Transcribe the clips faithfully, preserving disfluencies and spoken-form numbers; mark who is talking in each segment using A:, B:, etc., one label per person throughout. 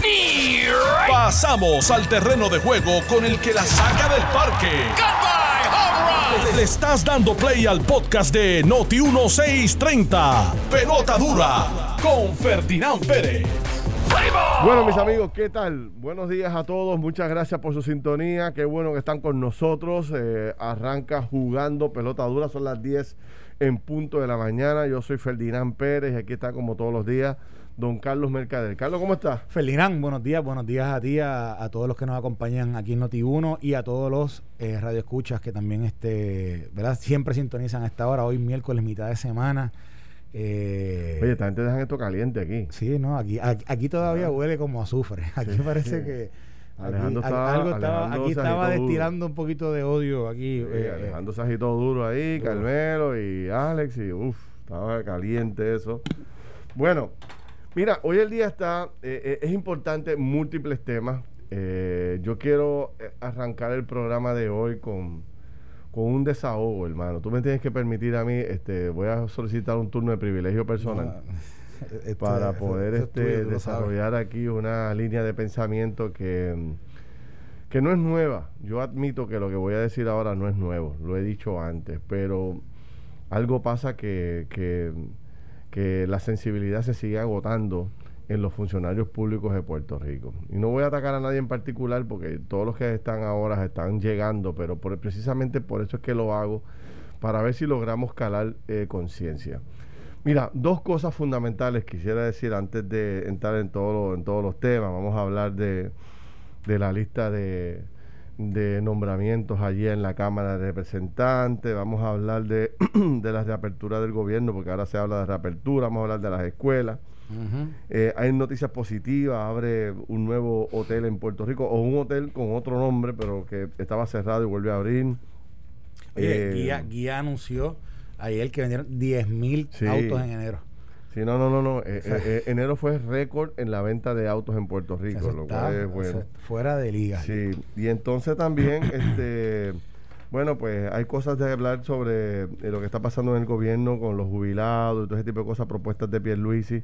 A: Pasamos al terreno de juego con el que la saca del parque. Le estás dando play al podcast de Noti dieciséis treinta. Pelota dura con Ferdinand Pérez.
B: Bueno, mis amigos, ¿qué tal? Buenos días a todos, muchas gracias por su sintonía, qué bueno que están con nosotros. Eh, arranca Jugando Pelota Dura, son las diez en punto de la mañana. Yo soy Ferdinand Pérez y aquí está como todos los días don Carlos Mercader. Carlos, ¿cómo estás?
C: Ferdinand, buenos días, buenos días a ti, a, a todos los que nos acompañan aquí en Noti uno y a todos los eh, radioescuchas que también este, ¿verdad? Siempre sintonizan a esta hora, hoy miércoles, mitad de semana. Eh,
B: Oye, esta gente dejan esto caliente aquí.
C: Sí, no, aquí, aquí, aquí todavía ah. huele como azufre. Aquí sí, parece sí. que
B: Alejandro
C: aquí,
B: estaba,
C: algo estaba,
B: Alejandro
C: aquí estaba destilando
B: duro.
C: un poquito de odio aquí.
B: Sí,
C: eh,
B: Alejandro se agitó duro ahí, duro. Carmelo y Alex y uff, estaba caliente eso. Bueno, mira, hoy el día está, eh, es importante múltiples temas. Eh, yo quiero arrancar el programa de hoy con con un desahogo, hermano. Tú me tienes que permitir a mí, este, voy a solicitar un turno de privilegio personal no, este, para poder este, tuyo, desarrollar aquí una línea de pensamiento que, que no es nueva. Yo admito que lo que voy a decir ahora no es nuevo, lo he dicho antes, pero algo pasa que, que, que la sensibilidad se sigue agotando en los funcionarios públicos de Puerto Rico. Y no voy a atacar a nadie en particular porque todos los que están ahora están llegando, pero por, precisamente por eso es que lo hago, para ver si logramos calar eh, conciencia. Mira, dos cosas fundamentales quisiera decir antes de entrar en, todo lo, en todos los temas. Vamos a hablar de, de la lista de, de nombramientos allí en la Cámara de Representantes, vamos a hablar de, de la reapertura del gobierno, porque ahora se habla de reapertura, vamos a hablar de las escuelas. Uh-huh. Eh, hay noticias positivas, abre un nuevo hotel en Puerto Rico, o un hotel con otro nombre, pero que estaba cerrado y vuelve a abrir.
C: Oye, eh, Guía, Guía anunció ayer que vendieron diez mil sí, autos en enero.
B: Sí, no, no, no, no. Eh, o sea, eh, enero fue récord en la venta de autos en Puerto Rico, o sea, lo está, cual es bueno. O sea,
C: fuera de liga.
B: Sí, y entonces también, este... Bueno, pues hay cosas de hablar sobre eh, lo que está pasando en el gobierno con los jubilados y todo ese tipo de cosas, propuestas de Pierluisi.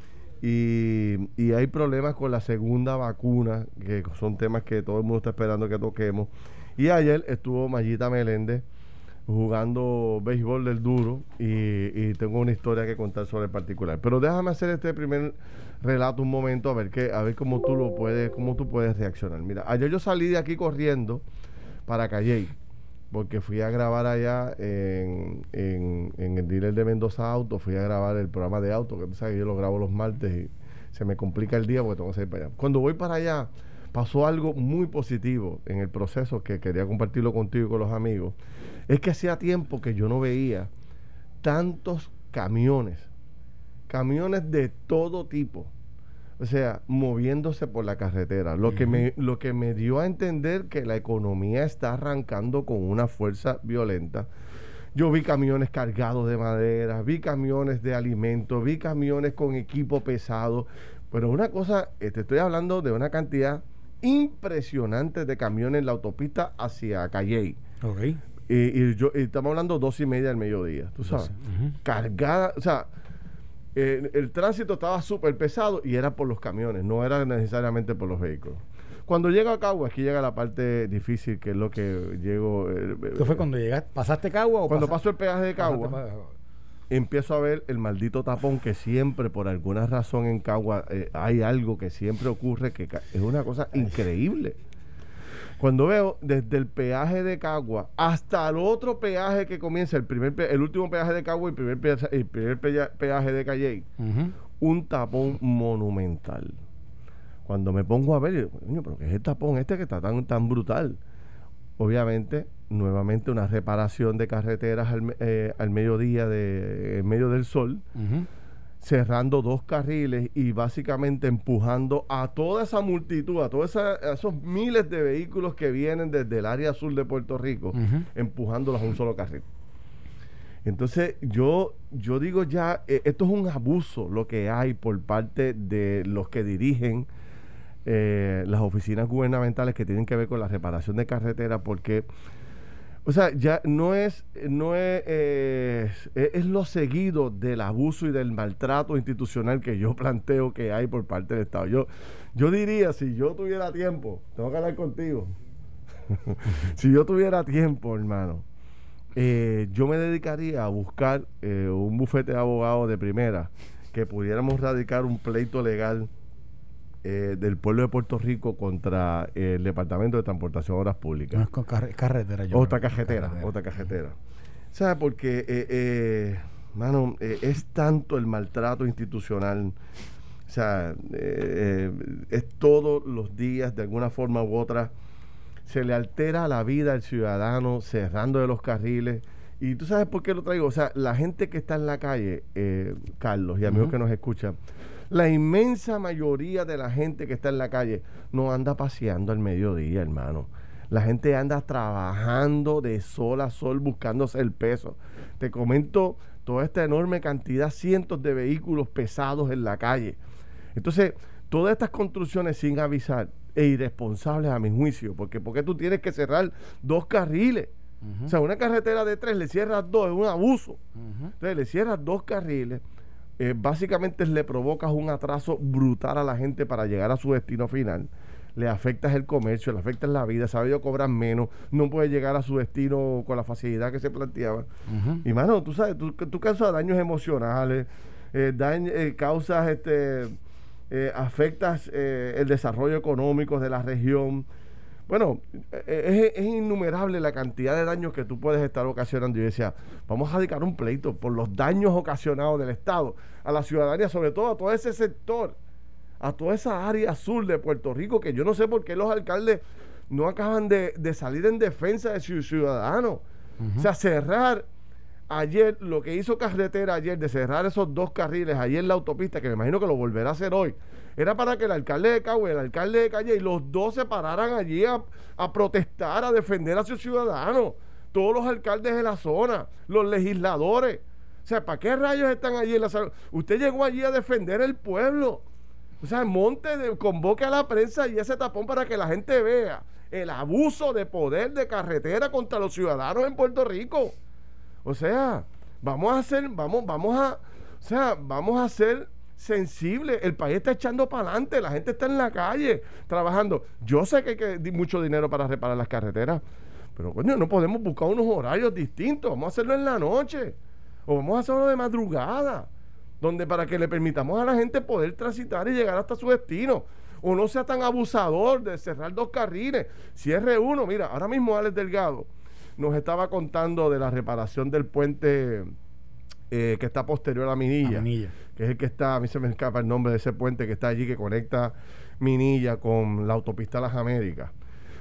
B: Y, y hay problemas con la segunda vacuna, que son temas que todo el mundo está esperando que toquemos. Y ayer estuvo Mayita Meléndez jugando béisbol del duro y, y tengo una historia que contar sobre el particular. Pero déjame hacer este primer relato un momento a ver qué, a ver cómo tú lo puedes, cómo tú puedes reaccionar. Mira, ayer yo salí de aquí corriendo para Calley, porque fui a grabar allá en, en, en el dealer de Mendoza Auto, fui a grabar el programa de auto, que tú sabes que yo lo grabo los martes y se me complica el día porque tengo que ir para allá. Cuando voy para allá, pasó algo muy positivo en el proceso que quería compartirlo contigo y con los amigos. Es que hacía tiempo que yo no veía tantos camiones, camiones de todo tipo, o sea, moviéndose por la carretera, lo, uh-huh. que me, lo que me dio a entender que la economía está arrancando con una fuerza violenta. Yo vi camiones cargados de madera, vi camiones de alimentos, vi camiones con equipo pesado, pero una cosa, eh, te estoy hablando de una cantidad impresionante de camiones en la autopista hacia Calley.
C: Okay.
B: Y, y, yo, y estamos hablando dos y media del mediodía, tú sabes, uh-huh. cargada, o sea... Eh, el tránsito estaba súper pesado y era por los camiones, no era necesariamente por los vehículos. Cuando llego a Cagua, aquí llega la parte difícil, que es lo que llego... Eh,
C: ¿Esto fue cuando llegaste? ¿Pasaste Cagua o
B: Cuando
C: pasaste?
B: paso el peaje de Cagua, empiezo a ver el maldito tapón que siempre, por alguna razón en Cagua, eh, hay algo que siempre ocurre, que es una cosa increíble. Cuando veo desde el peaje de Cagua hasta el otro peaje que comienza, el primer pe- el último peaje de Cagua y el primer, peaje, el primer pea- peaje de Calley, uh-huh. un tapón monumental. Cuando me pongo a ver, digo, coño, pero ¿qué es el tapón este que está tan, tan brutal? Obviamente, nuevamente una reparación de carreteras al, eh, al mediodía, de, en medio del sol, uh-huh. cerrando dos carriles y básicamente empujando a toda esa multitud, a todos esos miles de vehículos que vienen desde el área sur de Puerto Rico, uh-huh. empujándolos a un solo carril. Entonces yo, yo digo ya, eh, esto es un abuso lo que hay por parte de los que dirigen eh, las oficinas gubernamentales que tienen que ver con la reparación de carreteras, porque O sea, ya no es, no es, eh, es, es lo seguido del abuso y del maltrato institucional que yo planteo que hay por parte del Estado. Yo, yo diría, si yo tuviera tiempo, tengo que hablar contigo, si yo tuviera tiempo, hermano, eh, yo me dedicaría a buscar eh, un bufete de abogados de primera que pudiéramos radicar un pleito legal Eh, del pueblo de Puerto Rico contra eh, el Departamento de Transportación y Obras Públicas.
C: No es con carre- carretera. Yo
B: otra
C: creo,
B: cajetera,
C: carretera.
B: otra cajetera. O sea, porque, eh, eh, mano, eh, es tanto el maltrato institucional. O sea, eh, eh, es todos los días, de alguna forma u otra, se le altera la vida al ciudadano cerrando de los carriles. Y tú sabes por qué lo traigo. O sea, la gente que está en la calle, eh, Carlos y amigos uh-huh. que nos escuchan, la inmensa mayoría de la gente que está en la calle no anda paseando al mediodía, hermano. La gente anda trabajando de sol a sol buscándose el peso. Te comento toda esta enorme cantidad, cientos de vehículos pesados en la calle. Entonces, todas estas construcciones sin avisar e irresponsables a mi juicio, porque ¿por qué tú tienes que cerrar dos carriles? Uh-huh. O sea, una carretera de tres le cierras dos, es un abuso. Uh-huh. Entonces, le cierras dos carriles. Eh, básicamente le provocas un atraso brutal a la gente para llegar a su destino final, le afectas el comercio, le afectas la vida, sabe yo cobran menos, no puede llegar a su destino con la facilidad que se planteaba. Uh-huh. Y mano, tú sabes, tú, tú causas daños emocionales, eh, daño, eh, causas, este, eh, afectas eh, el desarrollo económico de la región. Bueno, es, es innumerable la cantidad de daños que tú puedes estar ocasionando. Y yo decía, vamos a dedicar un pleito por los daños ocasionados del Estado a la ciudadanía, sobre todo a todo ese sector, a toda esa área sur de Puerto Rico, que yo no sé por qué los alcaldes no acaban de, de salir en defensa de sus ciudadanos. Uh-huh. O sea, cerrar ayer, lo que hizo Carretera ayer, de cerrar esos dos carriles ayer en la autopista, que me imagino que lo volverá a hacer hoy, era para que el alcalde de Cagüe, el alcalde de Calle y los dos se pararan allí a, a protestar, a defender a sus ciudadanos. Todos los alcaldes de la zona, los legisladores. O sea, ¿para qué rayos están allí en la zona? Usted llegó allí a defender el pueblo. O sea, monte, de, convoque a la prensa y ese tapón para que la gente vea el abuso de poder de Carretera contra los ciudadanos en Puerto Rico. O sea, vamos a hacer, vamos, vamos a, o sea, vamos a ser sensible. El país está echando para adelante, la gente está en la calle trabajando. Yo sé que hay que dar mucho dinero para reparar las carreteras, pero coño, no podemos buscar unos horarios distintos. Vamos a hacerlo en la noche o vamos a hacerlo de madrugada, donde para que le permitamos a la gente poder transitar y llegar hasta su destino, o no sea tan abusador de cerrar dos carriles. Cierre uno. Mira, ahora mismo Alex Delgado nos estaba contando de la reparación del puente Eh, que está posterior a Minilla, a Minilla, que es el que está, a mí se me escapa el nombre de ese puente que está allí, que conecta Minilla con la autopista Las Américas.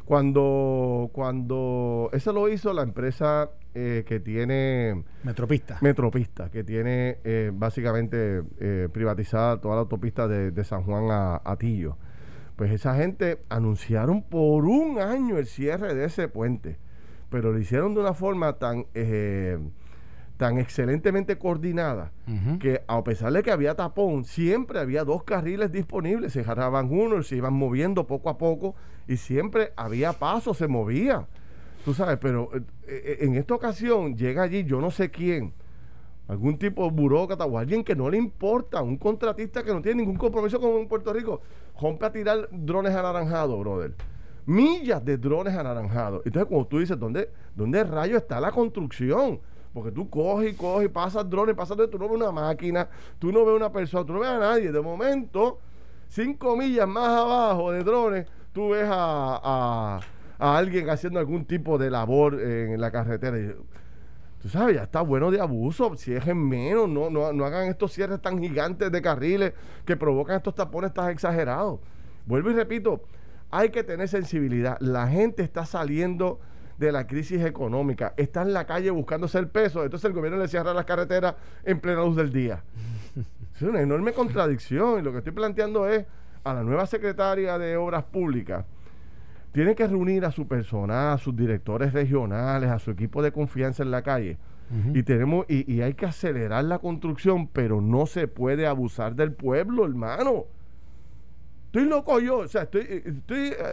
B: Cuando, cuando ese lo hizo la empresa eh, que tiene
C: Metropista,
B: Metropista, que tiene eh, básicamente eh, privatizada toda la autopista de, de San Juan a, a Tillo. Pues esa gente anunciaron por un año el cierre de ese puente, pero lo hicieron de una forma tan eh, tan excelentemente coordinada, uh-huh. que a pesar de que había tapón, siempre había dos carriles disponibles, se agarraban uno y se iban moviendo poco a poco y siempre había paso, se movía, tú sabes, pero eh, en esta ocasión llega allí yo no sé quién, algún tipo de burócrata o alguien que no le importa, un contratista que no tiene ningún compromiso con Puerto Rico, rompe a tirar drones anaranjados, brother. Millas de drones anaranjados. Entonces, como tú dices, ¿dónde, dónde rayos está la construcción? Porque tú coges y coges y pasas drones, pasas de, tú no ves una máquina, tú no ves una persona, tú no ves a nadie. De momento, cinco millas más abajo de drones, tú ves a, a, a alguien haciendo algún tipo de labor en la carretera. Y, tú sabes, ya está bueno de abuso, cierren menos, no, no, no hagan estos cierres tan gigantes de carriles que provocan estos tapones tan exagerados. Vuelvo y repito, hay que tener sensibilidad. La gente está saliendo de la crisis económica, está en la calle buscándose el peso, entonces el gobierno le cierra las carreteras en plena luz del día. Es una enorme contradicción, y lo que estoy planteando es a la nueva secretaria de Obras Públicas, tiene que reunir a su personal, a sus directores regionales, a su equipo de confianza en la calle, uh-huh. y tenemos y, y hay que acelerar la construcción, pero no se puede abusar del pueblo, hermano. Estoy loco yo, o sea, estoy, estoy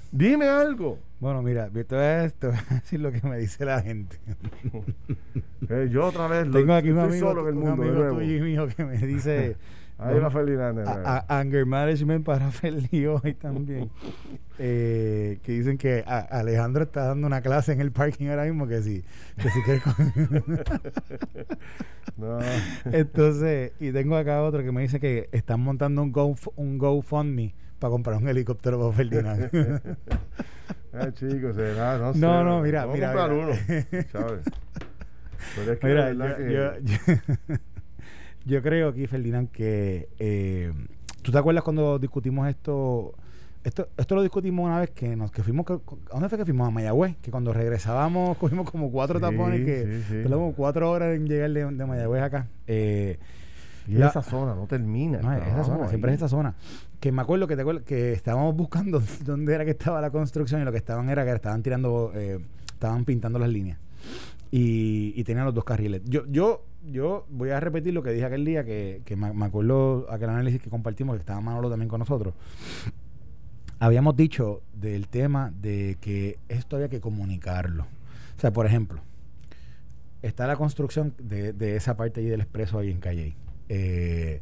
B: Dime algo.
C: Bueno, mira, esto es, te voy a decir lo que me dice la gente.
B: eh, yo otra vez
C: Tengo
B: lo,
C: aquí un
B: estoy
C: amigo,
B: solo en el mundo,
C: un amigo tuyo y mío que me dice...
B: Ahí va Ferdinand.
C: A, a, anger management para Feli hoy también. eh, que dicen que a, Alejandro está dando una clase en el parking ahora mismo que sí. Que sí que
B: no.
C: Entonces, y tengo acá otro que me dice que están montando un Go, un GoFundMe para comprar un helicóptero para Ferdinand.
B: ah, chicos, será, no sé.
C: No, no, mira,
B: Vamos
C: mira.
B: A comprar
C: mira.
B: uno, ¿sabes? Pero es que
C: mira,
B: yo,
C: que...
B: yo,
C: yo, yo creo aquí, Ferdinand, que eh, ¿tú te acuerdas cuando discutimos esto? Esto, esto lo discutimos una vez que nos que fuimos, ¿a dónde fue que fuimos? A Mayagüez, que cuando regresábamos cogimos como cuatro sí, tapones, que sí, sí. Tuvimos cuatro horas en llegar de, de Mayagüez acá. Eh,
B: y la, esa zona no termina.
C: No, esa zona, ahí. Siempre es esa zona. Que me acuerdo que te acuerdas que estábamos buscando dónde era que estaba la construcción y lo que estaban era que estaban tirando, eh, estaban pintando las líneas. Y, y tenían los dos carriles. Yo, yo, yo voy a repetir lo que dije aquel día, que, que me, me acuerdo aquel análisis que compartimos, que estaba Manolo también con nosotros. Habíamos dicho del tema de que esto había que comunicarlo. O sea, por ejemplo, está la construcción de, de esa parte ahí del expreso ahí en Calley. Eh,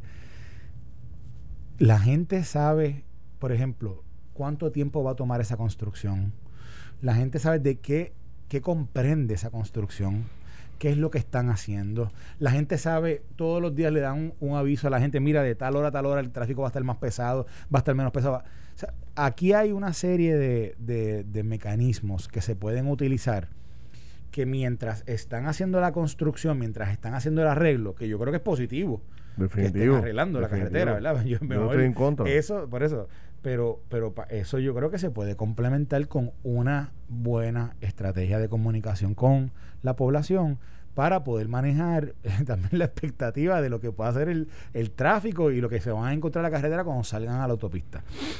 C: la gente sabe, por ejemplo, cuánto tiempo va a tomar esa construcción. La gente sabe de qué qué comprende esa construcción, qué es lo que están haciendo. La gente sabe, todos los días le dan un, un aviso a la gente, mira, de tal hora a tal hora el tráfico va a estar más pesado, va a estar menos pesado. O sea, aquí hay una serie de, de, de mecanismos que se pueden utilizar que mientras están haciendo la construcción, mientras están haciendo el arreglo, que yo creo que es positivo,
B: definitivo,
C: que estén arreglando
B: definitivo.
C: la carretera, ¿verdad? Yo,
B: yo no estoy en contra.
C: Eso, por eso... Pero, pero eso yo creo que se puede complementar con una buena estrategia de comunicación con la población para poder manejar eh, también la expectativa de lo que pueda ser el, el tráfico y lo que se van a encontrar en la carretera cuando salgan a la autopista.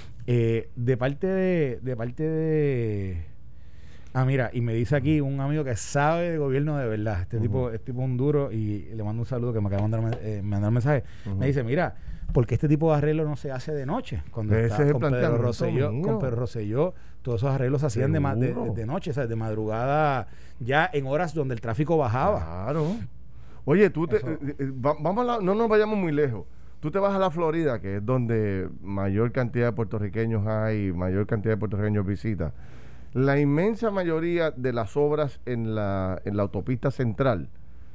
C: Eh, de parte de, de parte de ah, mira, y me dice aquí un amigo que sabe de gobierno de verdad, este uh-huh. tipo, este tipo un duro, y le mando un saludo que me acaba de mandar, eh, mandar un mensaje. Uh-huh. Me dice, mira, porque este tipo de arreglo no se hace de noche. Cuando
B: ese
C: está
B: es
C: con Pedro Rosselló, con Pedro Rosselló, todos esos arreglos se hacían de, ma- de, de, de noche, o sea, de madrugada, ya en horas donde el tráfico bajaba.
B: Claro. Oye, tú te, eh, eh, va, vamos a la, no nos vayamos muy lejos. Tú te vas a la Florida, que es donde mayor cantidad de puertorriqueños hay, mayor cantidad de puertorriqueños visitan. La inmensa mayoría de las obras en la, en la autopista central,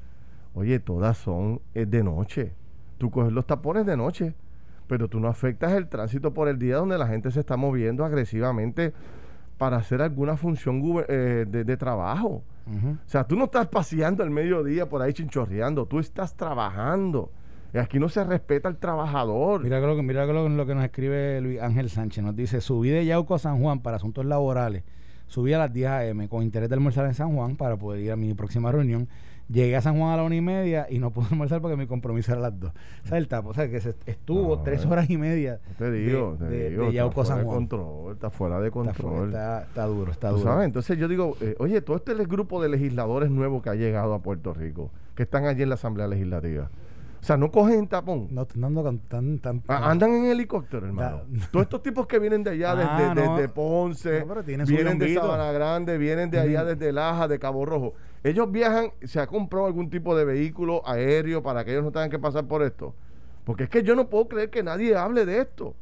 B: oye, todas son eh, de noche. Tú coges los tapones de noche, pero tú no afectas el tránsito por el día donde la gente se está moviendo agresivamente para hacer alguna función eh, de, de trabajo. Uh-huh. O sea, tú no estás paseando al mediodía por ahí chinchorreando, tú estás trabajando. Y aquí no se respeta al trabajador.
C: Mira lo que, mira lo, lo que nos escribe Luis Ángel Sánchez. Nos dice, subí de Yauco a San Juan para asuntos laborales. Subí a las diez a eme con interés de almorzar en San Juan para poder ir a mi próxima reunión. Llegué a San Juan a la una y media y no pude almorzar porque mi compromiso era a las dos. ¿Sabes el tapo? O sea, que se estuvo no, tres horas y media
B: te digo,
C: de,
B: te
C: de,
B: digo,
C: de Yauco a San Juan.
B: Control, está fuera de control.
C: Está, está, está duro, está duro.
B: ¿Sabes? Entonces yo digo, eh, oye, todo este grupo de legisladores nuevos que ha llegado a Puerto Rico, que están allí en la Asamblea Legislativa, o sea, no cogen tapón.
C: No, no, no, tan, tan,
B: ah, andan en helicóptero, hermano. Da, Todos estos tipos que vienen de allá,
C: ah,
B: desde,
C: no.
B: desde Ponce,
C: no,
B: vienen de Sabana Grande, vienen de allá,
C: uh-huh.
B: desde Laja, de Cabo Rojo. Ellos viajan, se ha comprado algún tipo de vehículo aéreo para que ellos no tengan que pasar por esto. Porque es que yo no puedo creer que nadie hable de esto.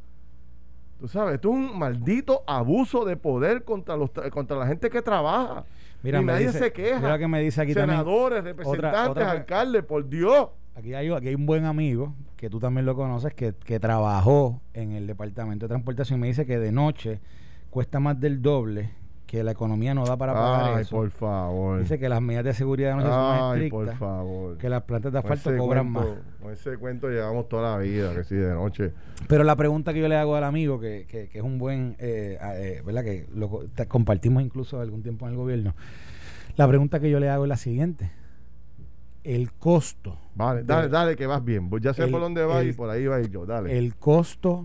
B: Tú sabes, esto es un maldito abuso de poder contra los contra la gente que trabaja.
C: Mira,
B: y nadie
C: dice,
B: se queja.
C: Mira que me dice aquí
B: Senadores,
C: también,
B: representantes,
C: otra, otra,
B: alcaldes, por Dios.
C: Aquí hay, aquí hay un buen amigo, que tú también lo conoces, que, que trabajó en el Departamento de Transportación. Me dice que de noche cuesta más del doble, que la economía no da para pagar
B: Ay,
C: eso.
B: por favor.
C: Dice que las medidas de seguridad de noche son más
B: Ay,
C: estrictas.
B: por favor.
C: Que las plantas de asfalto
B: ese
C: cobran
B: cuento,
C: más.
B: Con ese cuento llevamos toda la vida, que sí, de noche.
C: Pero la pregunta que yo le hago al amigo, que, que, que es un buen, eh, eh, ¿verdad? Que lo te, compartimos incluso algún tiempo en el gobierno. La pregunta que yo le hago es la siguiente. El costo.
B: Vale, dale, de, dale, que vas bien. Ya sé el, por dónde vas y por ahí va a ir yo. Dale.
C: El costo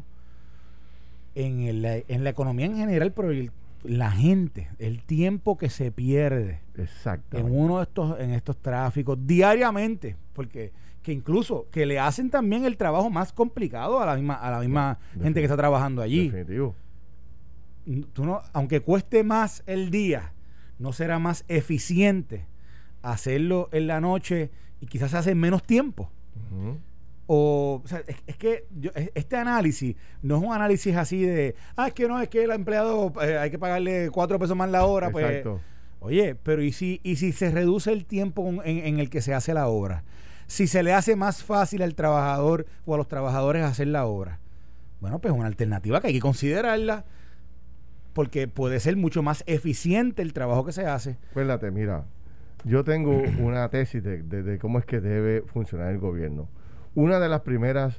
C: en, el, en la economía en general, pero el, la gente, el tiempo que se pierde en uno de estos, en estos tráficos diariamente, porque que incluso que le hacen también el trabajo más complicado a la misma, a la misma no, gente que está trabajando allí.
B: Definitivo.
C: tú no, aunque cueste más el día, no será más eficiente hacerlo en la noche y quizás hace menos tiempo. Uh-huh. O, o sea, es, es que yo, este análisis no es un análisis así de, ah, es que no, es que el empleado eh, hay que pagarle cuatro pesos más la hora. Exacto. Pues, oye, pero ¿y si, y si se reduce el tiempo en, en el que se hace la obra? Si se le hace más fácil al trabajador o a los trabajadores hacer la obra, bueno, pues es una alternativa que hay que considerarla, porque puede ser mucho más eficiente el trabajo que se hace.
B: Acuérdate, mira, yo tengo una tesis de, de, de cómo es que debe funcionar el gobierno. Una de las primeras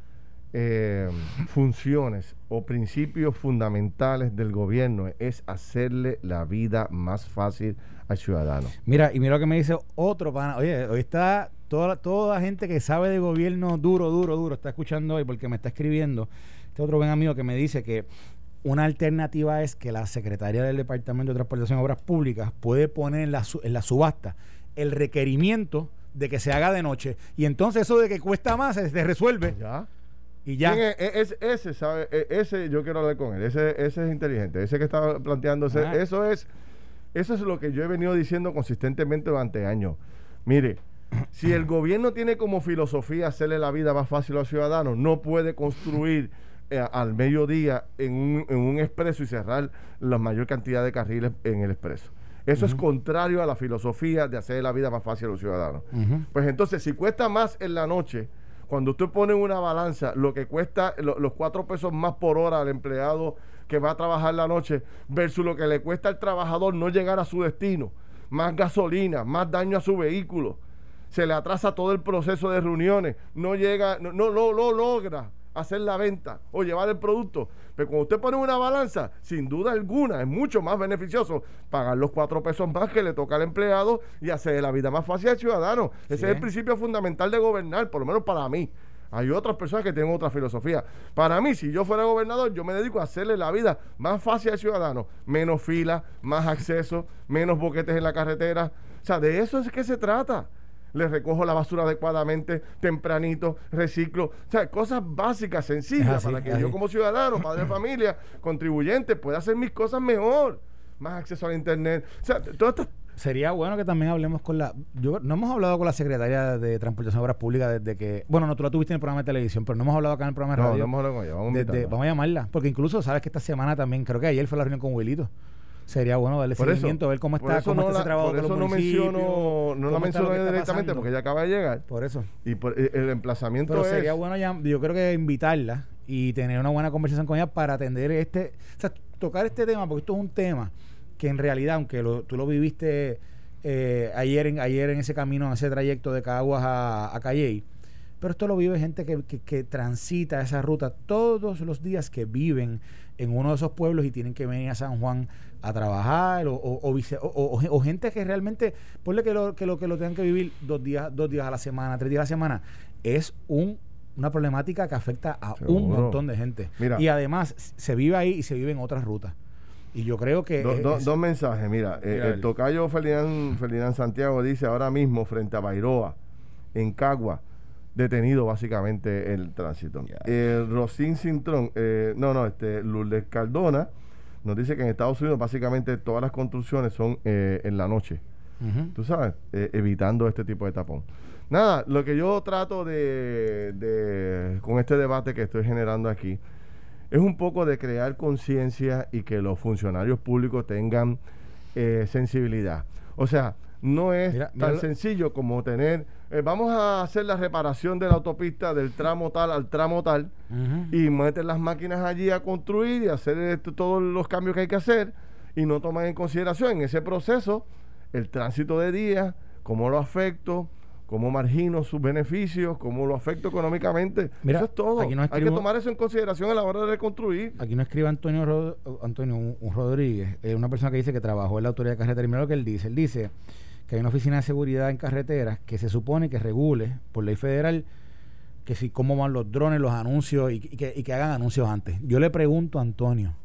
B: eh, funciones o principios fundamentales del gobierno es hacerle la vida más fácil al ciudadano.
C: Mira, y mira lo que me dice otro pana. Oye, hoy está toda, toda la gente que sabe de gobierno duro, duro, duro, está escuchando hoy porque me está escribiendo. Este otro buen amigo que me dice que una alternativa es que la secretaria del Departamento de Transportación y Obras Públicas puede poner en la, en la subasta el requerimiento de que se haga de noche, y entonces eso de que cuesta más se, se resuelve.
B: Ya.
C: Y ya.
B: Es, es, ese, ¿sabe? Ese yo quiero hablar con él. Ese, ese es inteligente. Ese que está planteándose. Ah. Eso es eso es lo que yo he venido diciendo consistentemente durante años. Mire, si el gobierno tiene como filosofía hacerle la vida más fácil a los ciudadanos, no puede construir eh, al mediodía en un, en un expreso y cerrar la mayor cantidad de carriles en el expreso. Eso uh-huh. es contrario a la filosofía de hacer la vida más fácil a los ciudadanos. Uh-huh. Pues entonces, si cuesta más en la noche, cuando usted pone en una balanza lo que cuesta lo, los cuatro pesos más por hora al empleado que va a trabajar la noche versus lo que le cuesta al trabajador no llegar a su destino, más gasolina, más daño a su vehículo, se le atrasa todo el proceso de reuniones, no llega, no, no, no, no logra hacer la venta o llevar el producto. Pero cuando usted pone una balanza, sin duda alguna es mucho más beneficioso pagar los cuatro pesos más que le toca al empleado y hacer la vida más fácil al ciudadano. Ese sí. es el principio fundamental de gobernar, por lo menos para mí. Hay otras personas que tienen otra filosofía. Para mí, si yo fuera gobernador, yo me dedico a hacerle la vida más fácil al ciudadano. Menos fila, más acceso, menos boquetes en la carretera. O sea, de eso es que se trata. Le recojo la basura adecuadamente, tempranito, reciclo. O sea, cosas básicas, sencillas, así, para que así. yo como ciudadano, padre de familia, contribuyente, pueda hacer mis cosas mejor. Más acceso al internet. O sea, todas estas...
C: Sería bueno que también hablemos con la... Yo, no hemos hablado con la Secretaria de Transportación y Obras Públicas desde que... Bueno, no, tú la tuviste en el programa de televisión, pero no hemos hablado acá en el programa de radio.
B: No, no hemos hablado con ella. Vamos,
C: desde, vamos a llamarla. Porque incluso sabes que esta semana también, creo que ayer fue la reunión con Wilito. Sería bueno darle por seguimiento, eso, ver cómo está, cómo
B: no
C: está ese trabajo
B: por
C: con
B: eso
C: los
B: no menciono, no la menciono directamente
C: pasando.
B: Porque ella acaba de llegar.
C: Por eso.
B: Y por, el, el emplazamiento
C: Pero
B: es...
C: sería bueno ya, yo creo que invitarla y tener una buena conversación con ella para atender este... O sea, tocar este tema, porque esto es un tema que en realidad, aunque lo, tú lo viviste eh, ayer, en, ayer en ese camino, en ese trayecto de Caguas a, a Calley, pero esto lo vive gente que, que, que transita esa ruta todos los días, que viven en uno de esos pueblos y tienen que venir a San Juan a trabajar, o, o, o, vice, o, o, o gente que realmente, ponle que lo, que lo que lo tengan que vivir dos días, dos días a la semana, tres días a la semana, es un una problemática que afecta a Seguro. un montón de gente. Mira, y además se vive ahí y se vive en otras rutas. Y yo creo que...
B: Do,
C: es,
B: do, dos mensajes, mira. mira eh, el tocayo Ferdinand, Ferdinand Santiago dice ahora mismo frente a Bairoa, en Cagua, detenido básicamente el tránsito. Yeah. Eh, Rosín Cintrón, eh, no, no, este Lourdes Cardona nos dice que en Estados Unidos básicamente todas las construcciones son eh, en la noche. Uh-huh. Tú sabes, eh, evitando este tipo de tapón. Nada, lo que yo trato de, de, con este debate que estoy generando aquí, es un poco de crear conciencia y que los funcionarios públicos tengan eh, sensibilidad. O sea, no es mira, tan mira, sencillo como tener, eh, vamos a hacer la reparación de la autopista del tramo tal al tramo tal, uh-huh. y meter las máquinas allí a construir y hacer esto, todos los cambios que hay que hacer, y no toman en consideración en ese proceso el tránsito de día, cómo lo afecto, cómo margino sus beneficios, cómo lo afecto económicamente. Mira, eso es todo. Aquí no escribo, hay que tomar eso en consideración a la hora de reconstruir.
C: Aquí no escribe Antonio Rod, Antonio un, un Rodríguez, eh, una persona que dice que trabajó en la autoridad de carretera. Y mira lo que él dice. Él dice que hay una oficina de seguridad en carreteras que se supone que regule por ley federal que si cómo van los drones, los anuncios y, y, que, y que hagan anuncios antes. Yo le pregunto a Antonio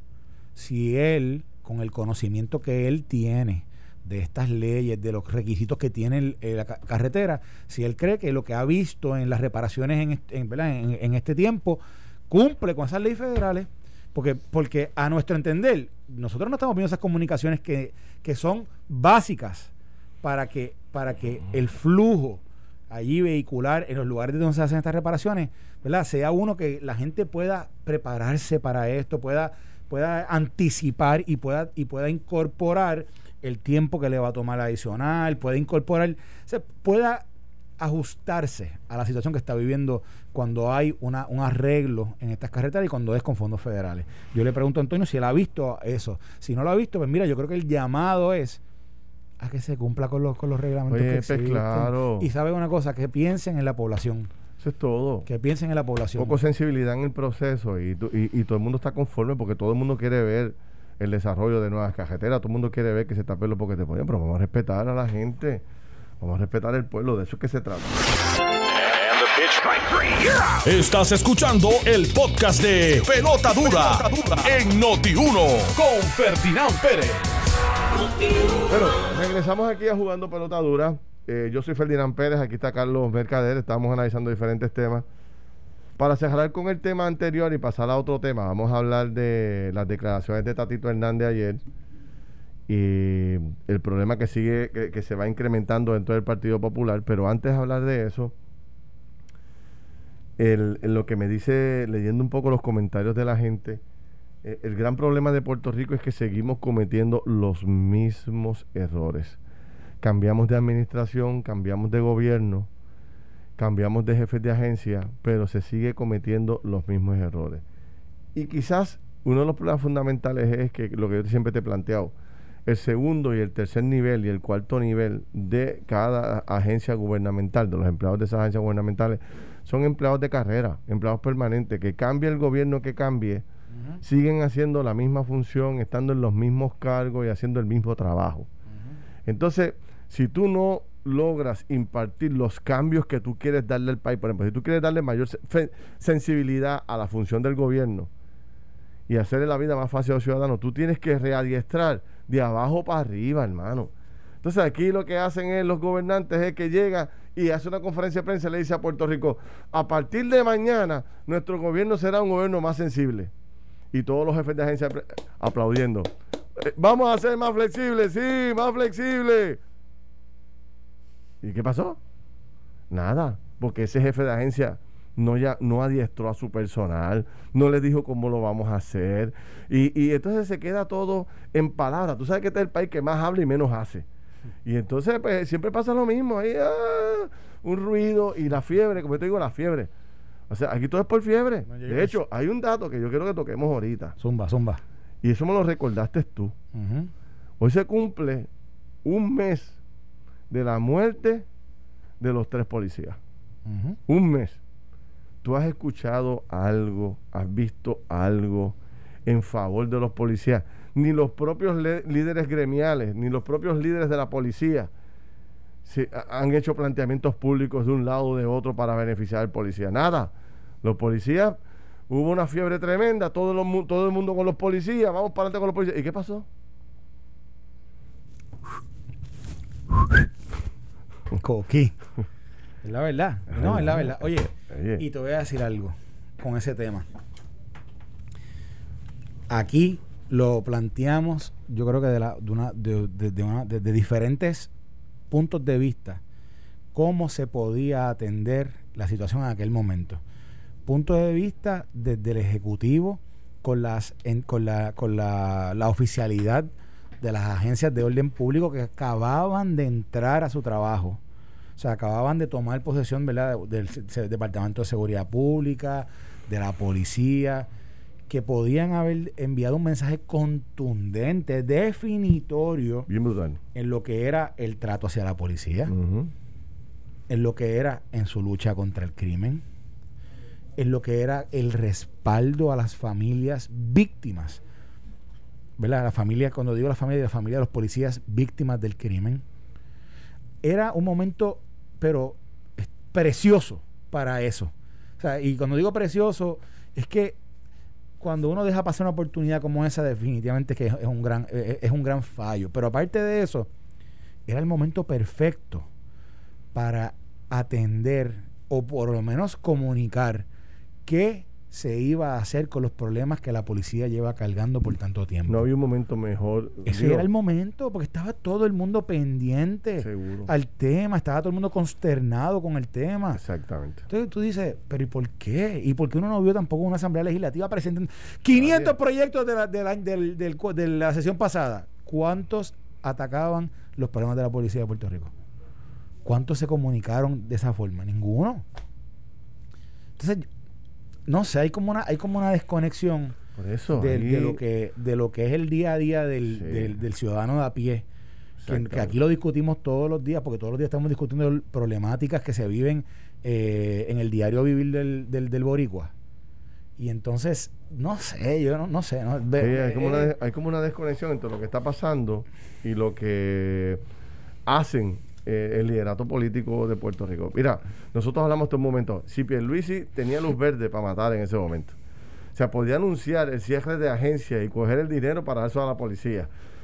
C: si él, con el conocimiento que él tiene de estas leyes, de los requisitos que tiene el, eh, la ca- carretera, si él cree que lo que ha visto en las reparaciones en este, en, en, en este tiempo cumple con esas leyes federales, Porque, porque a nuestro entender, nosotros no estamos viendo esas comunicaciones que, que son básicas para que, para que el flujo allí vehicular en los lugares donde se hacen estas reparaciones, ¿verdad?, sea uno que la gente pueda prepararse para esto, pueda, pueda anticipar y pueda, y pueda incorporar el tiempo que le va a tomar adicional, pueda incorporar, o sea, pueda ajustarse a la situación que está viviendo cuando hay una, un arreglo en estas carreteras y cuando es con fondos federales. Yo le pregunto a Antonio si él ha visto eso. Si no lo ha visto, pues mira, yo creo que el llamado es a que se cumpla con los, con los reglamentos.
B: Oye,
C: que
B: pues
C: existen.
B: claro.
C: Y sabe una cosa, que piensen en la población.
B: Eso es todo.
C: Que piensen en la población.
B: Poco sensibilidad en el proceso y, y, y todo el mundo está conforme porque todo el mundo quiere ver el desarrollo de nuevas carreteras, todo el mundo quiere ver que se tapen los boquetes, pero vamos a respetar a la gente, vamos a respetar el pueblo, de eso es que se trata.
A: Estás escuchando el podcast de Pelota Dura, Pelota Dura en Noti uno con Ferdinand Pérez.
B: Bueno, regresamos aquí a Jugando Pelota Dura. Eh, yo soy Ferdinand Pérez, aquí está Carlos Mercader, estamos analizando diferentes temas. Para cerrar con el tema anterior y pasar a otro tema, vamos a hablar de las declaraciones de Tatito Hernández ayer y el problema que sigue, que, que se va incrementando dentro del Partido Popular. Pero antes de hablar de eso, el, el lo que me dice, leyendo un poco los comentarios de la gente, eh, el gran problema de Puerto Rico es que seguimos cometiendo los mismos errores. Cambiamos de administración, cambiamos de gobierno, cambiamos de jefes de agencia, pero se sigue cometiendo los mismos errores. Y quizás uno de los problemas fundamentales es que lo que yo siempre te he planteado, el segundo y el tercer nivel y el cuarto nivel de cada agencia gubernamental, de los empleados de esas agencias gubernamentales, son empleados de carrera, empleados permanentes, que cambie el gobierno que cambie, uh-huh. siguen haciendo la misma función, estando en los mismos cargos y haciendo el mismo trabajo. Uh-huh. Entonces, si tú no logras impartir los cambios que tú quieres darle al país, por ejemplo, si tú quieres darle mayor se- sensibilidad a la función del gobierno y hacerle la vida más fácil a los ciudadanos, tú tienes que readiestrar de abajo para arriba, hermano. Entonces aquí lo que hacen es los gobernantes es que llega y hace una conferencia de prensa y le dice a Puerto Rico, a partir de mañana nuestro gobierno será un gobierno más sensible, y todos los jefes de agencia pre- aplaudiendo, eh, vamos a ser más flexibles, sí, más flexibles. ¿Y qué pasó? Nada, porque ese jefe de agencia no ya no adiestró a su personal, no le dijo cómo lo vamos a hacer, y, y entonces se queda todo en palabras. Tú sabes que este es el país que más habla y menos hace, y entonces pues siempre pasa lo mismo, ahí ah, un ruido y la fiebre, como te digo, la fiebre. O sea, aquí todo es por fiebre. De hecho, hay un dato que yo quiero que toquemos ahorita.
C: Zumba, zumba.
B: Y eso me lo recordaste tú.
C: Uh-huh.
B: Hoy se cumple un mes de la muerte de los tres policías. Uh-huh. Un mes. ¿Tú has escuchado algo, has visto algo en favor de los policías? Ni los propios le- líderes gremiales, ni los propios líderes de la policía se, a, han hecho planteamientos públicos de un lado o de otro para beneficiar al policía. Nada. Los policías, hubo una fiebre tremenda, todo, los, todo el mundo con los policías, vamos para adelante con los policías. ¿Y qué pasó?
C: Coquí. Es la verdad. No, es la verdad. Oye,
B: Oye,
C: y te voy a decir algo con ese tema. Aquí lo planteamos, yo creo que de, la, de, una, de, de, de, una, de, de diferentes puntos de vista, cómo se podía atender la situación en aquel momento. Punto de vista desde el Ejecutivo con las en, con la con la, la oficialidad de las agencias de orden público que acababan de entrar a su trabajo. O sea, acababan de tomar posesión, ¿verdad?, del, del Departamento de Seguridad Pública, de la policía, que podían haber enviado un mensaje contundente, definitorio,
B: bien brutal,
C: en lo que era el trato hacia la policía,
B: uh-huh.
C: en lo que era en su lucha contra el crimen, en lo que era el respaldo a las familias víctimas, ¿verdad? La familia, cuando digo la familia, la familia de los policías víctimas del crimen. Era un momento, pero es precioso para eso. O sea, y cuando digo precioso, es que cuando uno deja pasar una oportunidad como esa, definitivamente que es, es un gran es, es un gran fallo. Pero aparte de eso, era el momento perfecto para atender o por lo menos comunicar qué se iba a hacer con los problemas que la policía lleva cargando por tanto tiempo.
B: No había un momento mejor.
C: Ese
B: digo,
C: era el momento, porque estaba todo el mundo pendiente
B: seguro.
C: al tema, estaba todo el mundo consternado con el tema.
B: Exactamente.
C: Entonces tú dices, ¿pero y por qué? ¿Y por qué uno no vio tampoco una asamblea legislativa presentando quinientos proyectos de la, de, la, del, del, de la sesión pasada? ¿Cuántos atacaban los problemas de la policía de Puerto Rico? ¿Cuántos se comunicaron de esa forma? Ninguno. Entonces, no sé, hay como una, hay como una desconexión
B: Por eso,
C: de,
B: ahí,
C: de lo que, de lo que es el día a día del,
B: sí.
C: del, del ciudadano de a pie. Que, que aquí lo discutimos todos los días, porque todos los días estamos discutiendo problemáticas que se viven eh, en el diario vivir del, del, del boricua. Y entonces, no sé, yo no, no sé. No,
B: sí,
C: ve,
B: hay, como
C: eh,
B: una, hay como una desconexión entre lo que está pasando y lo que hacen eh, el liderato político de Puerto Rico. Mira, nosotros hablamos en un momento, si Pierluisi tenía luz verde para matar en ese momento, o sea, podía anunciar el cierre de agencias y coger el dinero para darse a la policía.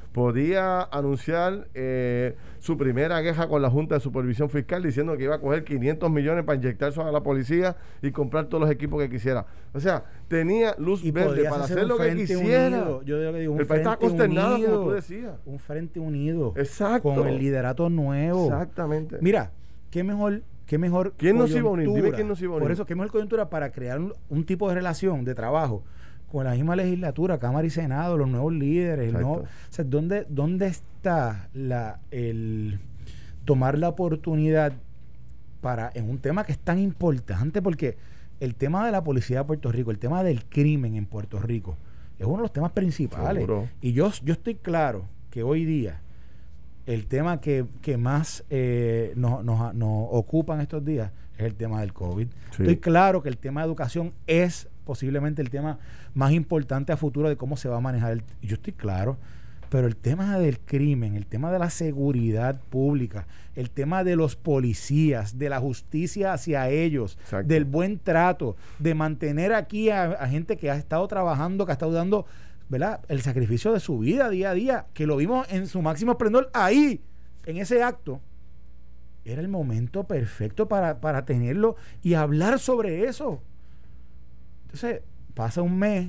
B: Podía anunciar eh, su primera queja con la Junta de Supervisión Fiscal diciendo que iba a coger quinientos millones para inyectarse a la policía y comprar todos los equipos que quisiera. O sea, tenía luz verde para hacer, hacer lo que quisiera.
C: Unido. Yo digo que digo, un
B: el país estaba consternado,
C: unido,
B: como tú decías.
C: Un frente unido.
B: Exacto.
C: Con el liderato nuevo.
B: Exactamente.
C: Mira, qué mejor... ¿Qué mejor
B: ¿Quién nos iba a unir? Dime quién nos iba a unir.
C: Por eso, qué mejor coyuntura para crear un, un tipo de relación, de trabajo, con la misma legislatura, Cámara y Senado, los nuevos líderes. El nuevo, o sea, ¿dónde, ¿dónde está la, el tomar la oportunidad para, en un tema que es tan importante? Porque el tema de la policía de Puerto Rico, el tema del crimen en Puerto Rico, es uno de los temas principales.
B: Seguro. Y
C: yo, yo estoy claro que hoy día el tema que, que más eh, nos, nos, nos ocupa en estos días es el tema del COVID. Sí. Estoy claro que el tema de educación es posiblemente el tema más importante a futuro de cómo se va a manejar. El, yo estoy claro, pero el tema del crimen, el tema de la seguridad pública, el tema de los policías, de la justicia hacia ellos, Exacto. del buen trato, de mantener aquí a, a gente que ha estado trabajando, que ha estado dando... ¿verdad? El sacrificio de su vida día a día, que lo vimos en su máximo esplendor ahí, en ese acto, era el momento perfecto para, para tenerlo y hablar sobre eso. Entonces, pasa un mes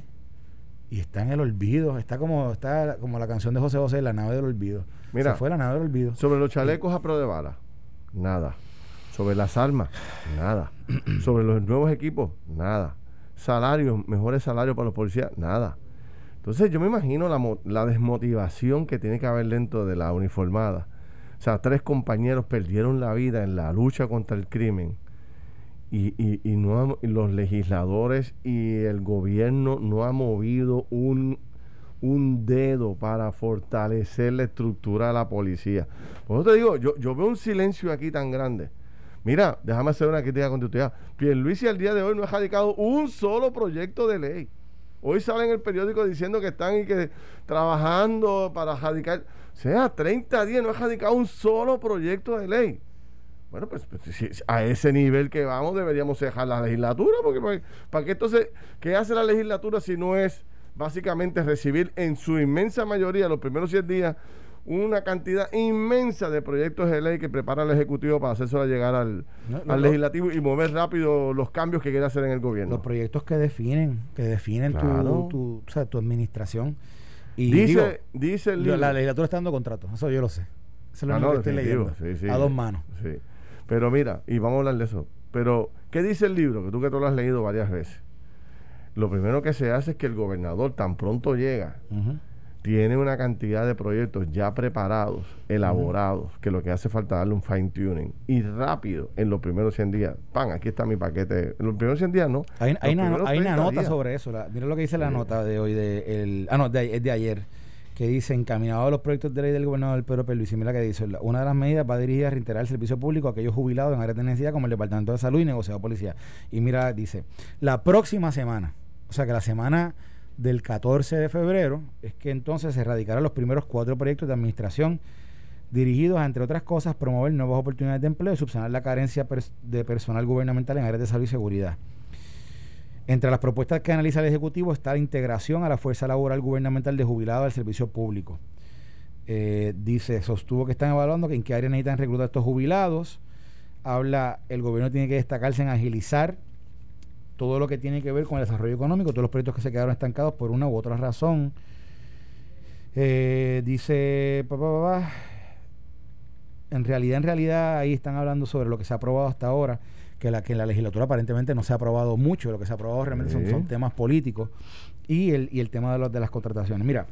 C: y está en el olvido, está como, está como la canción de José José, La nave del olvido.
B: Mira,
C: se fue la nave del olvido.
B: Sobre los chalecos a prueba de bala, nada. Sobre las armas, nada. Sobre los nuevos equipos, nada. Salarios, mejores salarios para los policías, nada. Entonces yo me imagino la, la desmotivación que tiene que haber dentro de la uniformada. O sea, tres compañeros perdieron la vida en la lucha contra el crimen y, y, y, no ha, y los legisladores y el gobierno no ha movido un, un dedo para fortalecer la estructura de la policía. Por eso te digo, yo, yo veo un silencio aquí tan grande. Mira, déjame hacer una crítica con tu autoridad. Pierluisi al día de hoy no ha radicado un solo proyecto de ley. Hoy sale en el periódico diciendo que están y que trabajando para radicar. O sea, treinta días no ha radicado un solo proyecto de ley. Bueno, pues, pues si, a ese nivel que vamos deberíamos dejar la legislatura, porque, porque ¿para qué entonces qué hace la legislatura si no es básicamente recibir en su inmensa mayoría los primeros cien días una cantidad inmensa de proyectos de ley que prepara el Ejecutivo para hacerse llegar al, no, no, al Legislativo y mover rápido los cambios que quiere hacer en el gobierno?
C: Los proyectos que definen, que definen claro. tu, tu, o sea, tu administración. Y
B: dice,
C: digo,
B: dice el
C: libro, la legislatura está dando contratos, eso yo lo sé. Eso es lo
B: ah,
C: único
B: no,
C: que estoy leyendo.
B: Sí, sí,
C: a dos manos.
B: Sí. Pero mira, y vamos a hablar de eso. Pero, ¿qué dice el libro? Que tú que tú lo has leído varias veces. Lo primero que se hace es que el gobernador tan pronto llega, uh-huh. tiene una cantidad de proyectos ya preparados, elaborados, uh-huh. que lo que hace falta darle un fine tuning y rápido en los primeros cien días. Pan, aquí está mi paquete. En los primeros cien días, ¿no?
C: Hay, hay, una, hay una nota días. sobre eso. La, mira lo que dice sí. la nota de hoy, de el, ah, no, de, es de ayer, que dice: encaminado a los proyectos de ley del gobernador Pedro Pierluisi. Mira que dice: una de las medidas va dirigida a reintegrar el servicio público a aquellos jubilados en áreas de necesidad como el Departamento de Salud y negociado policía. Y mira, dice, la próxima semana, o sea que la semana del catorce de febrero es que entonces se radicarán los primeros cuatro proyectos de administración dirigidos a, entre otras cosas, promover nuevas oportunidades de empleo y subsanar la carencia pers- de personal gubernamental en áreas de salud y seguridad. Entre las propuestas que analiza el Ejecutivo está la integración a la fuerza laboral gubernamental de jubilados al servicio público. Eh, dice, sostuvo que están evaluando que en qué área necesitan reclutar estos jubilados. Habla, el gobierno tiene que destacarse en agilizar todo lo que tiene que ver con el desarrollo económico, todos los proyectos que se quedaron estancados por una u otra razón. Eh, dice, pa, pa, pa, pa, en realidad, en realidad, ahí están hablando sobre lo que se ha aprobado hasta ahora, que la que en la legislatura aparentemente no se ha aprobado mucho, lo que se ha aprobado realmente sí. son, son temas políticos y el, y el tema de, los, de las contrataciones. Mira,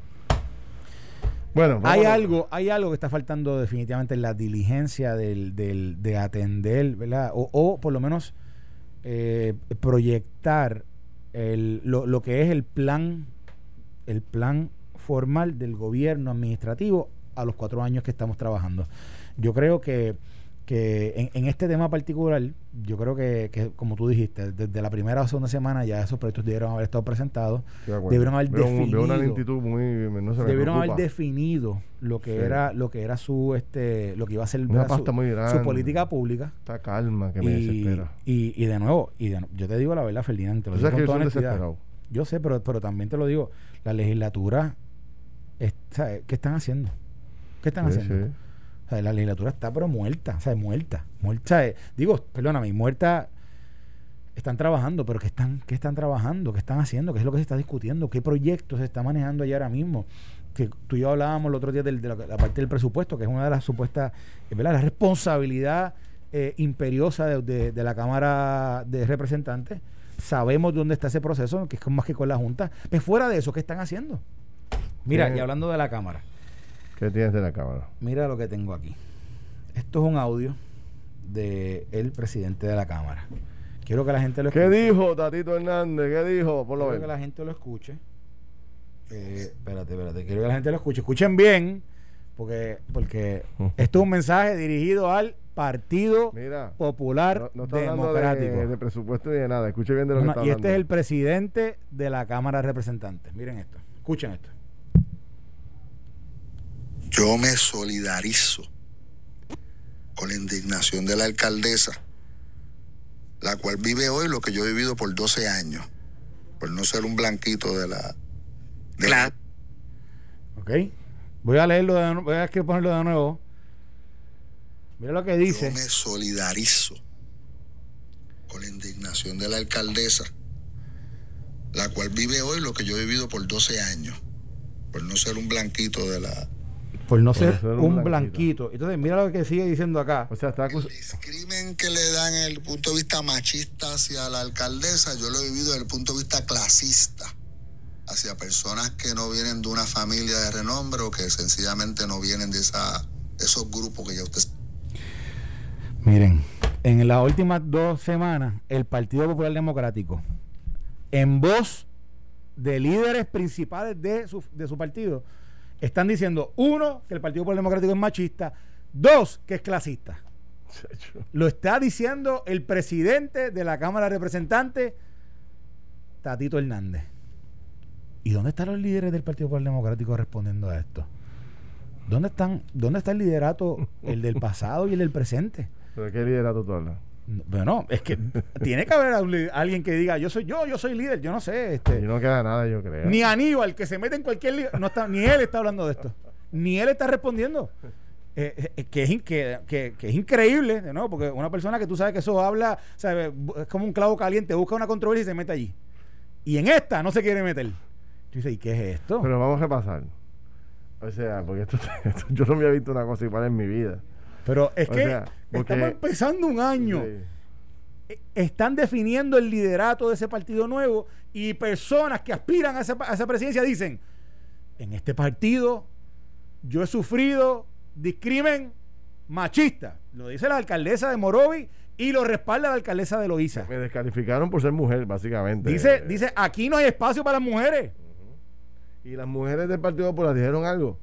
C: bueno, hay algo, hay algo que está faltando definitivamente en la diligencia del, del, de atender, ¿verdad? O, o por lo menos eh, proyectar el, lo, lo que es el plan, el plan formal del gobierno administrativo a los cuatro años que estamos trabajando. Yo creo que, que en, en este tema particular, yo creo que, que, como tú dijiste, desde la primera o segunda semana ya esos proyectos debieron haber estado presentados, debieron haber veo, definido, veo una lentitud muy, no se me debieron preocupa. haber definido lo que sí. era, lo que era su, este, lo que iba a ser
B: una pasta
C: su,
B: muy grande,
C: su política pública.
B: Esta calma que me
C: y,
B: desespera.
C: Y, y de nuevo, y de, yo te digo la verdad, Ferdinand, te lo digo con toda honestidad. Yo sé, pero, pero también te lo digo, la legislatura, está, ¿qué están haciendo? ¿Qué están sí, haciendo? Sí. O sea, la legislatura está pero muerta, o sea, muerta, muerta, o sea, digo, perdóname, muerta, están trabajando, pero ¿qué están, qué están trabajando? ¿Qué están haciendo? ¿Qué es lo que se está discutiendo? ¿Qué proyectos se está manejando allá ahora mismo? Que tú y yo hablábamos el otro día de, de, la, de la parte del presupuesto, que es una de las supuestas, ¿verdad? La responsabilidad eh, imperiosa de, de, de la Cámara de Representantes. Sabemos dónde está ese proceso, que es más que con la Junta. Pero fuera de eso, ¿qué están haciendo? Mira, ¿Qué? y hablando de la Cámara.
B: ¿Qué tienes de la Cámara?
C: Mira lo que tengo aquí. Esto es un audio de el presidente de la Cámara. Quiero que la gente lo escuche.
B: ¿Qué dijo Tatito Hernández? ¿Qué dijo? Por lo
C: Quiero que la gente lo escuche. Eh, espérate, espérate. Quiero que la gente lo escuche. Escuchen bien, porque, porque esto es un mensaje dirigido al Partido Mira, Popular no, no Democrático.
B: De, de presupuesto ni de nada. Escuche bien de lo no, que está
C: Y
B: hablando.
C: Este es el presidente de la Cámara de Representantes. Miren esto. Escuchen esto.
D: Yo me solidarizo con la indignación de la alcaldesa, la cual vive hoy lo que yo he vivido por doce años, por no ser un blanquito de la... De la...
C: Ok. Voy a leerlo, de, voy a ponerlo de nuevo. Mira lo que dice.
D: Yo me solidarizo con la indignación de la alcaldesa, la cual vive hoy lo que yo he vivido por doce años, por no ser un blanquito de la...
C: Por no ser, ser un, un blanquito. blanquito. Entonces, mira lo que sigue diciendo acá.
B: O sea, está acus-
D: el discrimen que le dan desde el punto de vista machista hacia la alcaldesa, yo lo he vivido desde el punto de vista clasista, hacia personas que no vienen de una familia de renombre o que sencillamente no vienen de esa, esos grupos que ya usted...
C: Miren, en las últimas dos semanas, el Partido Popular Democrático, en voz de líderes principales de su, de su partido, están diciendo, uno, que el Partido Popular Democrático es machista, dos, que es clasista. Lo está diciendo el presidente de la Cámara de Representantes, Tatito Hernández. ¿Y dónde están los líderes del Partido Popular Democrático respondiendo a esto? ¿Dónde están, dónde está el liderato, el del pasado y el del presente?
B: ¿Pero qué liderato tú hablas?
C: Bueno, es que tiene que haber alguien que diga, yo soy yo, yo soy líder, yo no sé. Este,
B: y no queda nada, yo creo.
C: Ni Aníbal, que se mete en cualquier líder, no está, ni él está hablando de esto. Ni él está respondiendo. Eh, eh, que, es, que, que, que es increíble, ¿no? Porque una persona que tú sabes que eso habla, ¿sabes? Es como un clavo caliente, busca una controversia y se mete allí. Y en esta no se quiere meter. Tú dices, ¿y qué es esto?
B: Pero vamos a repasar. O sea, porque esto, esto, yo no me había visto una cosa igual en mi vida.
C: Pero es o que sea, porque, estamos empezando un año. Sí. Están definiendo el liderato de ese partido nuevo y personas que aspiran a esa, a esa presidencia dicen, en este partido yo he sufrido discrimen machista. Lo dice la alcaldesa de Morovi y lo respalda la alcaldesa de Loíza.
B: Me descalificaron por ser mujer, básicamente.
C: Dice, eh, dice aquí no hay espacio para las mujeres.
B: Uh-huh. ¿Y las mujeres del Partido Popular dijeron algo?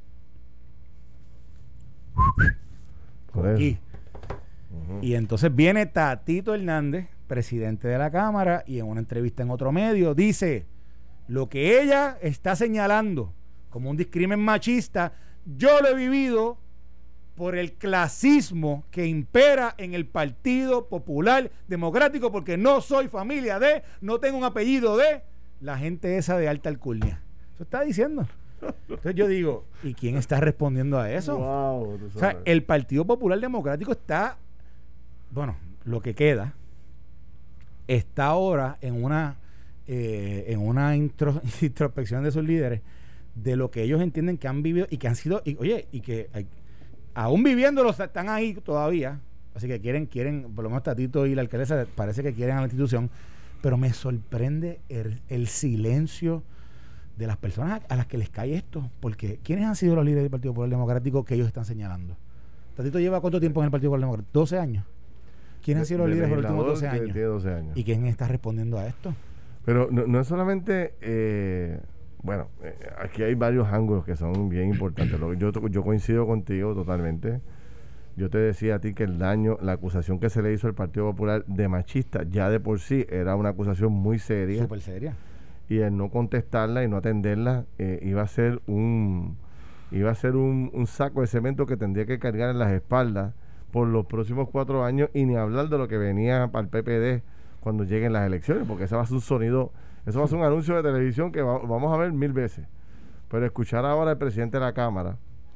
C: Por aquí. Uh-huh. Y entonces viene Tatito Hernández, presidente de la Cámara, y en una entrevista en otro medio dice, lo que ella está señalando como un discrimen machista, yo lo he vivido por el clasismo que impera en el Partido Popular Democrático, porque no soy familia de, no tengo un apellido de la gente esa de alta alcurnia. Eso está diciendo. Entonces yo digo, ¿y quién está respondiendo a eso?
B: Wow,
C: o sea, el Partido Popular Democrático está, bueno, lo que queda está ahora en una eh, en una intro, introspección de sus líderes de lo que ellos entienden que han vivido y que han sido, y, oye, y que hay, aún viviéndolos están ahí todavía, así que quieren, quieren, por lo menos Tatito y la alcaldesa parece que quieren a la institución, pero me sorprende el, el silencio de las personas a las que les cae esto, porque ¿quiénes han sido los líderes del Partido Popular Democrático que ellos están señalando? Tatito lleva ¿cuánto tiempo en el Partido Popular Democrático? doce años. ¿Quiénes han sido los líderes por los últimos doce años?
B: Tiene doce años.
C: ¿Y quién está respondiendo a esto?
B: Pero no, no es solamente, eh, bueno, eh, aquí hay varios ángulos que son bien importantes. Lo que yo, yo coincido contigo totalmente. Yo te decía a ti que el daño, la acusación que se le hizo al Partido Popular de machista, ya de por sí era una acusación muy seria.
C: Súper seria.
B: Y el no contestarla y no atenderla eh, iba a ser un iba a ser un, un saco de cemento que tendría que cargar en las espaldas por los próximos cuatro años, y ni hablar de lo que venía para el P P D cuando lleguen las elecciones, porque eso va a ser un sonido, eso va a ser un anuncio de televisión que va, vamos a ver mil veces. Pero escuchar ahora al presidente de la Cámara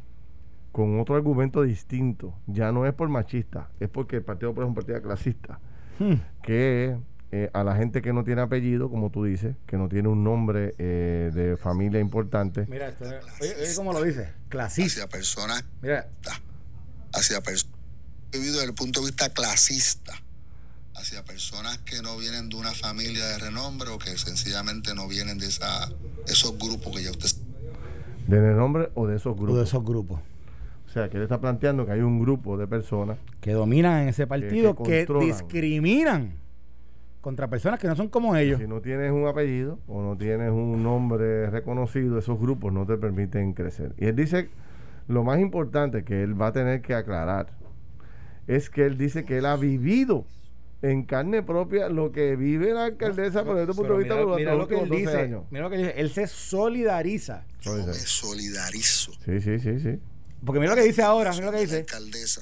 B: con otro argumento distinto, ya no es por machista, es porque el Partido Popular es un partido clasista, hmm. que eh, a la gente que no tiene apellido, como tú dices, que no tiene un nombre eh, de familia importante.
C: Mira esto, oye, oye cómo lo dice, clasista.
D: Hacia personas,
C: mira,
D: hacia personas, vivido desde el punto de vista clasista, hacia personas que no vienen de una familia de renombre o que sencillamente no vienen de esa, esos grupos que ya usted...
B: ¿De renombre o de esos grupos?
C: O de esos grupos.
B: O sea, que él está planteando que hay un grupo de personas
C: que dominan en ese partido, que, que, que discriminan contra personas que no son como ellos.
B: Si no tienes un apellido o no tienes un nombre reconocido, esos grupos no te permiten crecer. Y él dice, lo más importante que él va a tener que aclarar es que él dice que él ha vivido en carne propia lo que vive la alcaldesa, no, pero desde el punto de vista
C: mira,
B: de
C: mira lo que él dice,
B: años.
C: Mira lo que él dice, él se solidariza.
D: Yo me solidarizo.
B: Sí, sí, sí, sí.
C: Porque mira lo que dice ahora, mira lo que dice.
D: La alcaldesa,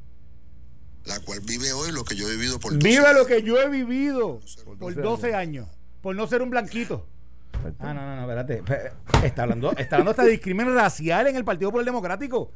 D: la cual vive hoy lo que yo he vivido por doce
C: Vive
D: años.
C: lo que yo he vivido por doce años, por no ser un blanquito. Ah, no, no, no, espérate. Está hablando, está hablando hasta de discriminación racial en el Partido Popular Democrático.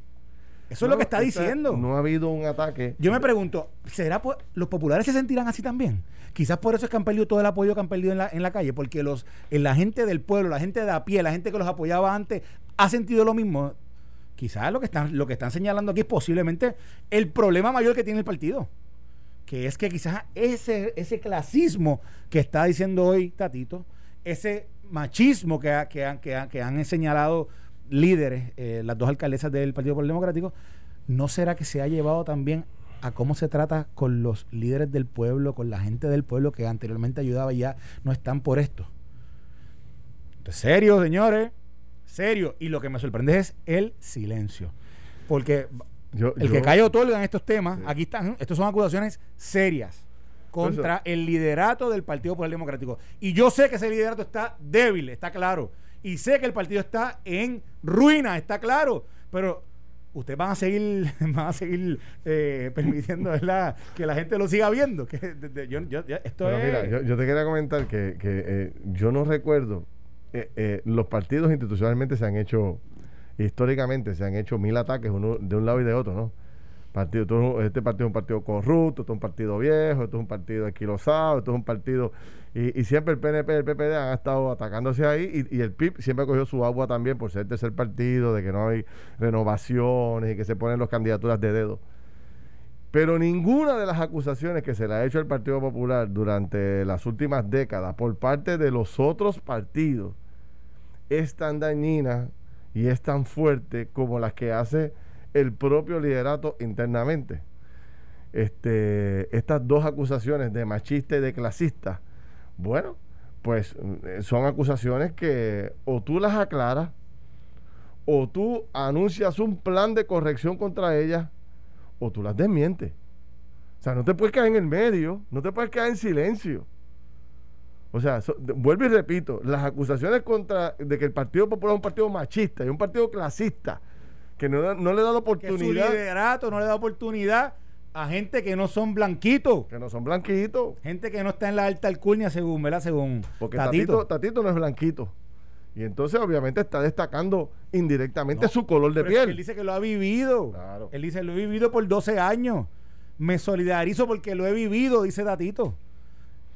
C: Eso no, es lo que está diciendo.
B: No ha habido un ataque.
C: Yo me pregunto, ¿será por, los populares se sentirán así también? Quizás por eso es que han perdido todo el apoyo que han perdido en la, en la calle, porque los, la gente del pueblo, la gente de a pie, la gente que los apoyaba antes, ha sentido lo mismo. Quizás lo que están, lo que están señalando aquí es posiblemente el problema mayor que tiene el partido, que es que quizás ese, ese clasismo que está diciendo hoy Tatito, ese machismo que, ha, que, han, que, han, que han señalado líderes, eh, las dos alcaldesas del Partido Popular Democrático, ¿no será que se ha llevado también a cómo se trata con los líderes del pueblo, con la gente del pueblo que anteriormente ayudaba y ya no están por esto? Entonces, serio, señores, serio. Y lo que me sorprende es el silencio, porque yo, el yo, que cae otorga en estos temas, sí. Aquí están, estos son acusaciones serias contra eso. El liderato del Partido Popular Democrático, y yo sé que ese liderato está débil, está claro, y sé que el partido está en ruina, está claro, pero ustedes van a seguir van a seguir eh, permitiendo, ¿verdad?, que la gente lo siga viendo. Que de, de, yo, yo, esto
B: pero
C: es...
B: mira, yo, yo te quería comentar que, que eh, yo no recuerdo, eh, eh, los partidos institucionalmente se han hecho, históricamente se han hecho mil ataques uno de un lado y de otro, ¿no? Partido, todo, este partido es un partido corrupto, esto es un partido viejo, esto es un partido esquilosado, esto es un partido... Y, y siempre el P N P y el P P D han estado atacándose ahí, y, y el P I B siempre cogió su agua también por ser tercer partido, de que no hay renovaciones y que se ponen las candidaturas de dedo. Pero ninguna de las acusaciones que se le ha hecho al Partido Popular durante las últimas décadas por parte de los otros partidos es tan dañina y es tan fuerte como las que hace el propio liderato internamente. Este, estas dos acusaciones de machista y de clasista, bueno, pues son acusaciones que o tú las aclaras o tú anuncias un plan de corrección contra ellas o tú las desmientes. O sea, no te puedes quedar en el medio, no te puedes quedar en silencio. O sea, so, de, vuelvo y repito, las acusaciones contra de que el Partido Popular es un partido machista y un partido clasista, que no, no le da la oportunidad,
C: que su liderato no le da oportunidad a gente que no son blanquitos,
B: que no son blanquitos,
C: gente que no está en la alta alcurnia, según, ¿verdad? Según
B: porque
C: Tatito.
B: Tatito, Tatito no es blanquito, y entonces obviamente está destacando indirectamente no, su color de piel.
C: Él dice que lo ha vivido,
B: claro.
C: Él dice, lo he vivido por doce años, me solidarizo porque lo he vivido, dice Tatito.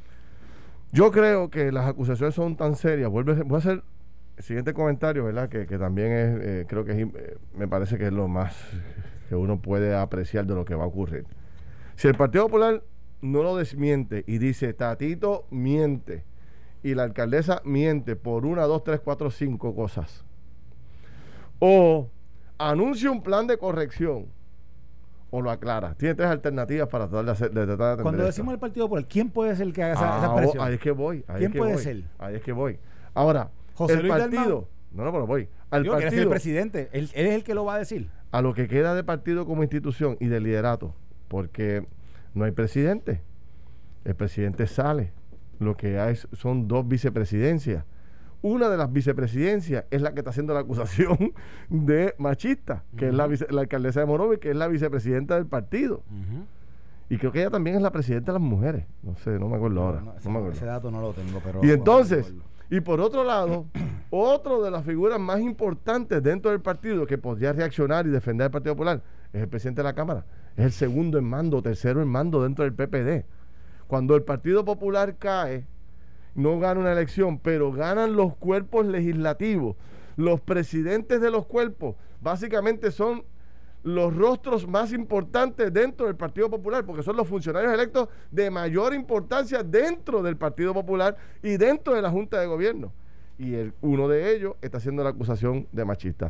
B: Yo creo que las acusaciones son tan serias. Vuelve, voy a hacer el siguiente comentario, ¿verdad? Que, que también es, eh, creo que es, eh, me parece que es lo más que uno puede apreciar de lo que va a ocurrir. Si el Partido Popular no lo desmiente y dice Tatito miente y la alcaldesa miente por una, dos, tres, cuatro, cinco cosas, o anuncia un plan de corrección o lo aclara, tiene tres alternativas para tratar de, hacer, de tratar de atender
C: Cuando
B: esto.
C: decimos el Partido Popular, ¿quién puede ser el que haga esa,
B: ah,
C: esa presión?
B: Ahí es que voy. Ahí
C: ¿Quién
B: es que
C: puede
B: voy,
C: ser?
B: Ahí es que voy. Ahora,
C: José
B: el
C: Luis
B: partido...
C: Dalmau.
B: No, no, pero voy. Al
C: Digo,
B: partido,
C: que el presidente. Él, él es el que lo va a decir.
B: A lo que queda de partido como institución y de liderato, porque no hay presidente. El presidente sale. Lo que hay son dos vicepresidencias. Una de las vicepresidencias es la que está haciendo la acusación de machista, que uh-huh. es la, vice, la alcaldesa de Morovis, que es la vicepresidenta del partido. Uh-huh. Y creo que ella también es la presidenta de las mujeres. No sé, no me acuerdo
C: no,
B: ahora.
C: No, ese,
B: no me acuerdo.
C: Ese dato no lo tengo, pero...
B: Y entonces, y por otro lado, otro de las figuras más importantes dentro del partido que podría reaccionar y defender al Partido Popular es el presidente de la Cámara. Es el segundo en mando, tercero en mando dentro del P P D. Cuando el Partido Popular cae, no gana una elección, pero ganan los cuerpos legislativos. Los presidentes de los cuerpos básicamente son los rostros más importantes dentro del Partido Popular, porque son los funcionarios electos de mayor importancia dentro del Partido Popular y dentro de la Junta de Gobierno. Y el, uno de ellos está haciendo la acusación de machista.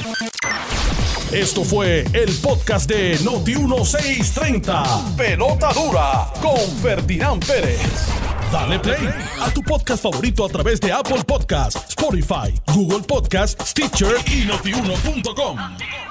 A: Esto fue el podcast de Noti uno seiscientos treinta. Pelota dura con Ferdinand Pérez. Dale play a tu podcast favorito a través de Apple Podcasts, Spotify, Google Podcasts, Stitcher y noти uno punto com.